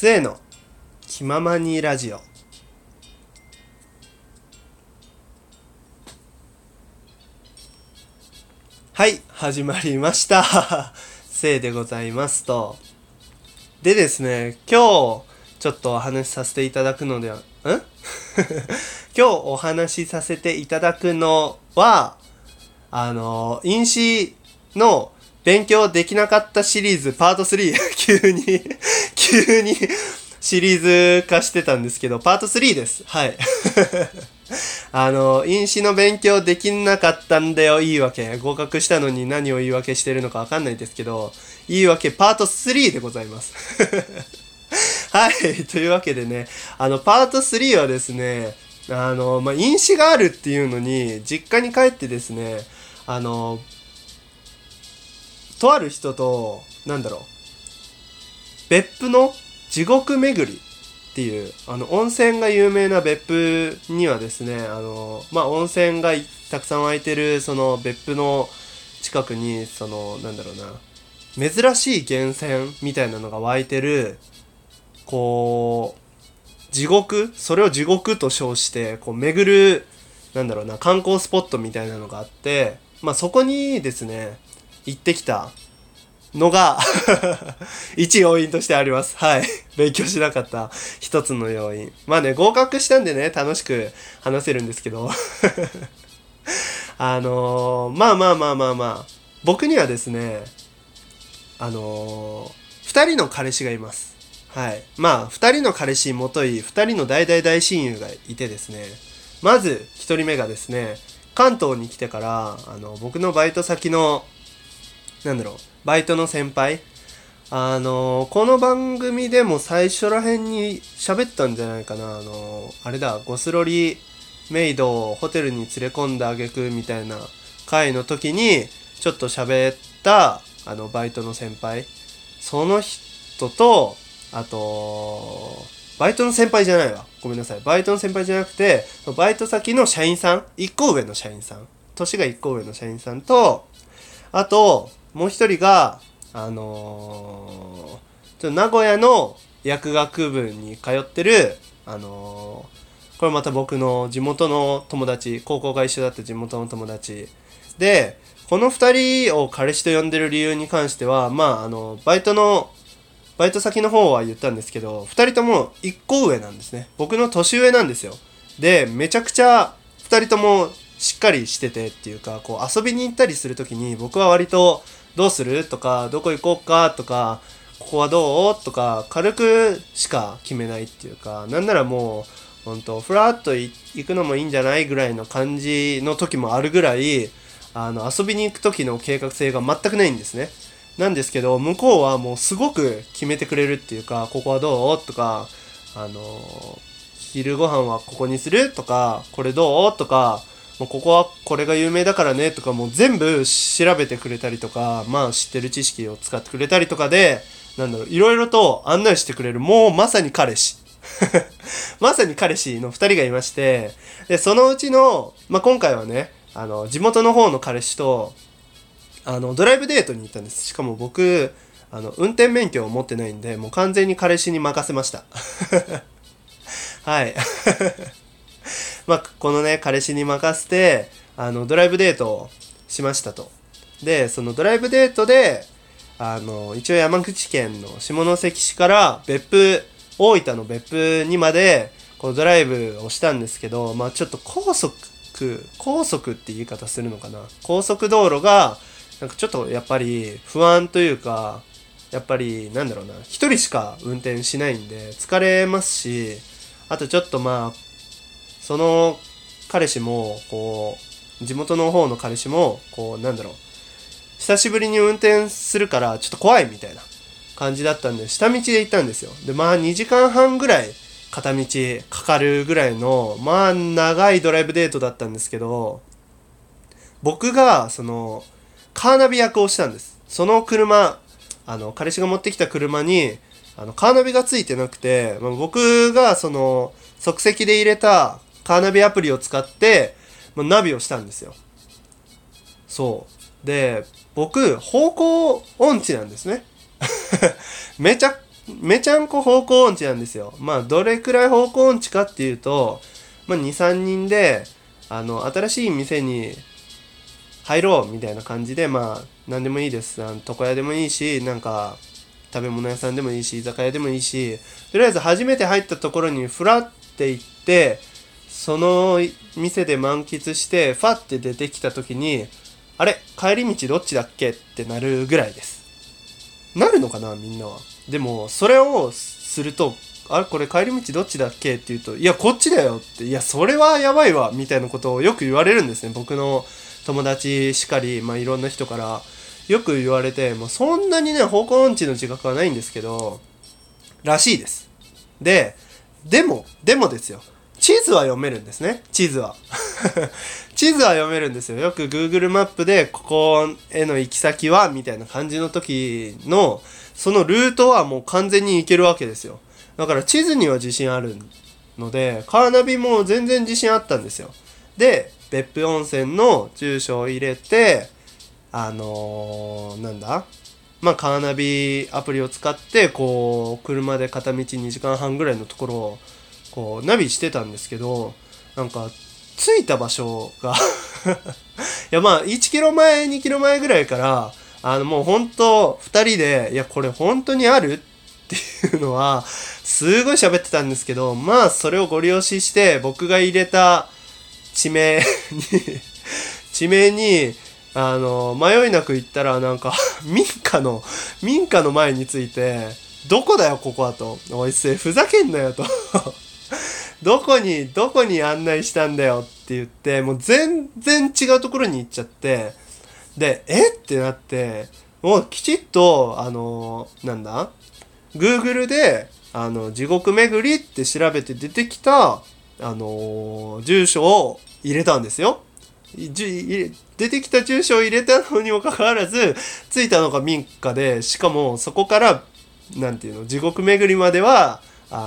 末の気ままにラジオ。はい、始まりました末でございますと。でですね、今日ちょっとお話しさせていただくのでは今日お話しさせていただくのは飲酒の勉強できなかったシリーズパート3 急にシリーズ化してたんですけど、パート3です。はい飲酒の勉強できなかったんだよ言い訳。合格したのに何を言い訳してるのかわかんないですけど、言い訳パート3でございますはい、というわけでね、パート3はですね、飲酒があるっていうのに実家に帰ってですね、とある人と別府の地獄巡りっていう温泉が有名な別府にはですね、温泉がたくさん湧いてるその別府の近くに珍しい源泉みたいなのが湧いてる地獄、それを地獄と称して巡る観光スポットみたいなのがあって、そこにですね行ってきたのが一要因としてあります。はい。勉強しなかった一つの要因。合格したんでね、楽しく話せるんですけど僕にはですね、二人の彼氏がいます。はい。二人の彼氏もとい、二人の大大大親友がいてですね、まず一人目がですね、関東に来てから僕のバイト先のバイトの先輩、この番組でも最初らへんに喋ったんじゃないかな。ゴスロリメイドをホテルに連れ込んだ挙句みたいな回の時にちょっと喋ったバイトの先輩、その人と、あとバイトの先輩じゃないわ、ごめんなさい、バイトの先輩じゃなくてバイト先の社員さん、1個上の社員さん、年が1個上の社員さんと、あともう一人が名古屋の薬学部に通ってるこれまた僕の地元の友達、高校が一緒だった地元の友達で、この二人を彼氏と呼んでる理由に関しては、バイト先の方は言ったんですけど、二人とも一個上なんですね。僕の年上なんですよ。で、めちゃくちゃ二人ともしっかりしててっていうか、遊びに行ったりするときに僕は割とどうするとか、どこ行こうかとか、ここはどうとか軽くしか決めないっていうか、なんならもうほんとフラッと行くのもいいんじゃないぐらいの感じの時もあるぐらい、遊びに行く時の計画性が全くないんですね。なんですけど、向こうはもうすごく決めてくれるっていうか、ここはどうとか、昼ご飯はここにするとか、これどうとか、もうここはこれが有名だからねとか、もう全部調べてくれたりとか、知ってる知識を使ってくれたりとかで、いろいろと案内してくれる、もうまさに彼氏まさに彼氏の2人がいまして、でそのうちの、今回はね、地元の方の彼氏とドライブデートに行ったんです。しかも僕運転免許を持ってないんで、もう完全に彼氏に任せましたはいこのね、彼氏に任せてドライブデートをしましたと。でそのドライブデートで一応山口県の下関市から大分の別府にまでドライブをしたんですけど、ちょっと高速って言い方するのかな、高速道路がちょっとやっぱり不安というか、やっぱり一人しか運転しないんで疲れますし、あとちょっとその彼氏も地元の方の彼氏も久しぶりに運転するからちょっと怖いみたいな感じだったんで、下道で行ったんですよ。で2時間半ぐらい片道かかるぐらいの長いドライブデートだったんですけど、僕がカーナビ役をしたんです。その車、彼氏が持ってきた車にカーナビがついてなくて、僕が即席で入れたカーナビアプリを使ってナビをしたんですよ。そうで、僕方向音痴なんですねめちゃめちゃんこ方向音痴なんですよ。まあどれくらい方向音痴かっていうと、まあ2、3人で新しい店に入ろうみたいな感じで、まあ何でもいいです。床屋でもいいし、なんか食べ物屋さんでもいいし、居酒屋でもいいし、とりあえず初めて入ったところにフラって行って、その店で満喫してファって出てきた時に、あれ帰り道どっちだっけってなるぐらいです。なるのかな、みんなは。でもそれをすると、あれこれ帰り道どっちだっけって言うと、いやこっちだよって、いやそれはやばいわみたいなことをよく言われるんですね。僕の友達しかり、まあいろんな人からよく言われて、もうそんなにね方向音痴の自覚はないんですけど、らしいです。でもですよ、地図は読めるんですね。地図は地図は読めるんですよ。よく Google マップでここへの行き先はみたいな感じの時のそのルートはもう完全に行けるわけですよ。だから地図には自信あるので、カーナビも全然自信あったんですよ。で別府温泉の住所を入れて、なんだ、まあカーナビアプリを使ってこう車で片道2時間半ぐらいのところをこうナビしてたんですけど、なんか着いた場所がいやまあ1キロ前2キロ前ぐらいからもう本当2人で、いやこれ本当にあるっていうのはすごい喋ってたんですけど、まあそれをご利用しして僕が入れた地名に地名に迷いなく行ったら、なんか民家の前について、どこだよここはと、おいせふざけんなよとどこに案内したんだよって言って、もう全然違うところに行っちゃって、でってなって、もうきちっとなんだ Google で地獄巡りって調べて出てきた住所を入れたんですよ。出てきた住所を入れたのにもかかわらず着いたのが民家で、しかもそこからなんていうの、地獄巡りまでは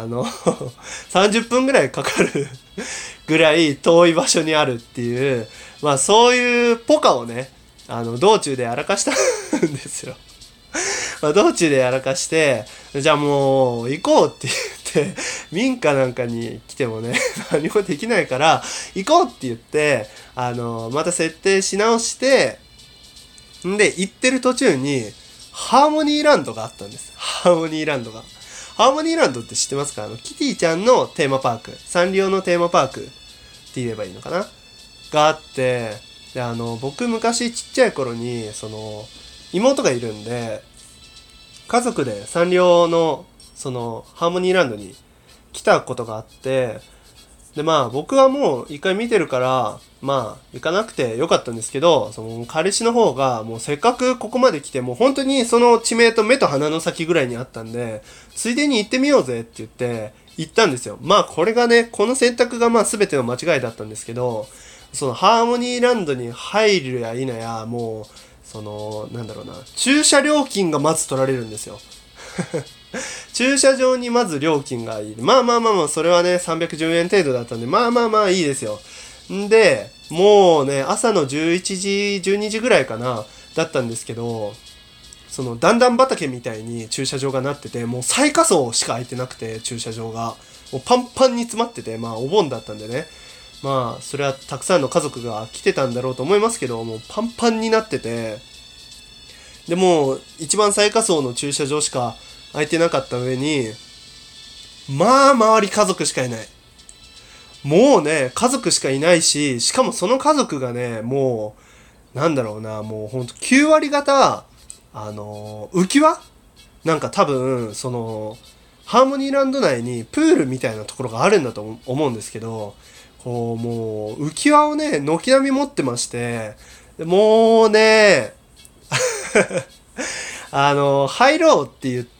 30分ぐらいかかるぐらい遠い場所にあるっていう、まあそういうポカをね道中でやらかしたんですよ。まあ道中でやらかして、じゃあもう行こうって言って民家なんかに来てもね何もできないから行こうって言って、また設定し直して、んで行ってる途中にハーモニーランドがあったんです。ハーモニーランドって知ってますか？キティちゃんのテーマパーク、サンリオのテーマパークって言えばいいのかながあって、で僕昔ちっちゃい頃に妹がいるんで、家族でサンリオのハーモニーランドに来たことがあって、でまあ僕はもう一回見てるからまあ行かなくてよかったんですけど、その彼氏の方がもうせっかくここまで来て、もう本当にその地名と目と鼻の先ぐらいにあったんで、ついでに行ってみようぜって言って行ったんですよ。まあこれがね、この選択がまあ全ての間違いだったんですけど、そのハーモニーランドに入るや否や、もうなんだろうな、駐車料金がまず取られるんですよ駐車場にまず料金がいる。まあそれはね310円程度だったんで、まあいいですよ。んでもうね朝の11時12時ぐらいかなだったんですけど、段々畑みたいに駐車場がなってて、もう最下層しか空いてなくて、駐車場がもうパンパンに詰まってて、まあお盆だったんでね、まあそれはたくさんの家族が来てたんだろうと思いますけど、もうパンパンになってて、でもう一番最下層の駐車場しか空いてなかった上に、まあ周り家族しかいない。もうね家族しかいないし、しかもその家族がね、もうなんだろうな、もうほんと9割方浮き輪なんか、多分ハーモニーランド内にプールみたいなところがあるんだと思うんですけど、こうもう浮き輪をね軒並み持ってまして、もうね入ろうって言って、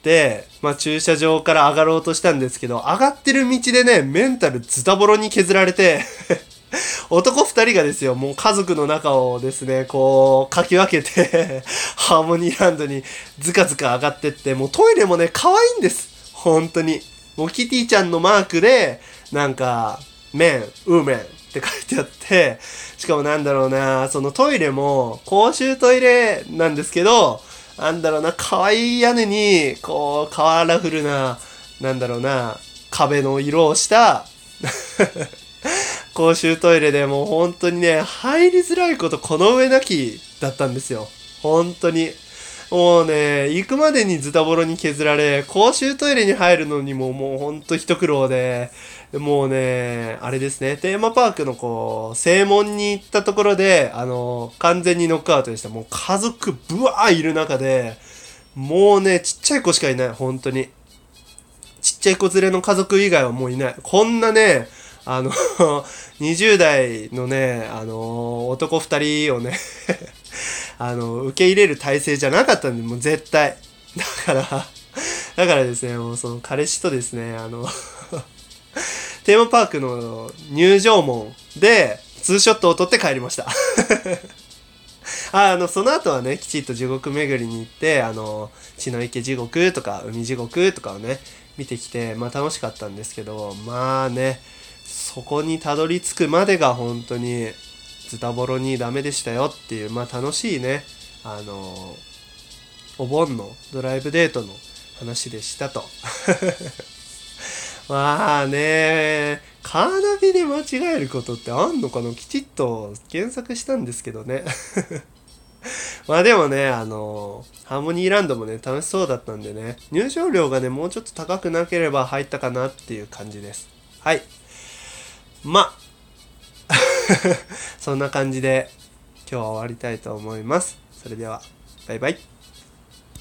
まあ駐車場から上がろうとしたんですけど、上がってる道でねメンタルズタボロに削られて男二人がですよ、もう家族の中をですねこうかき分けてハーモニーランドにズカズカ上がってって、もうトイレもね可愛いんです、本当に。もうキティちゃんのマークでなんかメンウーメンって書いてあって、しかもなんだろうな、そのトイレも公衆トイレなんですけど、 なんだろうな、可愛い屋根に、こう、カラフルな、なんだろうな、壁の色をした公衆トイレでもう本当にね、入りづらいことこの上なきだったんですよ。本当に。もうね、行くまでにズタボロに削られ、公衆トイレに入るのにももうほんと一苦労で、もうね、あれですね、テーマパークのこう、正門に行ったところで、完全にノックアウトでした。もう家族ブワーいる中で、もうね、ちっちゃい子しかいない、本当に。ちっちゃい子連れの家族以外はもういない。こんなね、20代のね、男2人をね受け入れる体制じゃなかったんで、もう絶対。だからですね、もうその彼氏とですね、テーマパークの入場門で、ツーショットを撮って帰りました。その後はね、きちっと地獄巡りに行って、血の池地獄とか、海地獄とかをね、見てきて、まあ楽しかったんですけど、まあね、そこにたどり着くまでが本当に、ズタボロにダメでしたよっていう、まあ楽しいね、お盆のドライブデートの話でしたと。まあね、カーナビで間違えることってあんのかな、きちっと検索したんですけどね。まあでもね、ハーモニーランドもね、楽しそうだったんでね、入場料がね、もうちょっと高くなければ入ったかなっていう感じです。はい。まあ、そんな感じで今日は終わりたいと思います。それでは、バイバイ。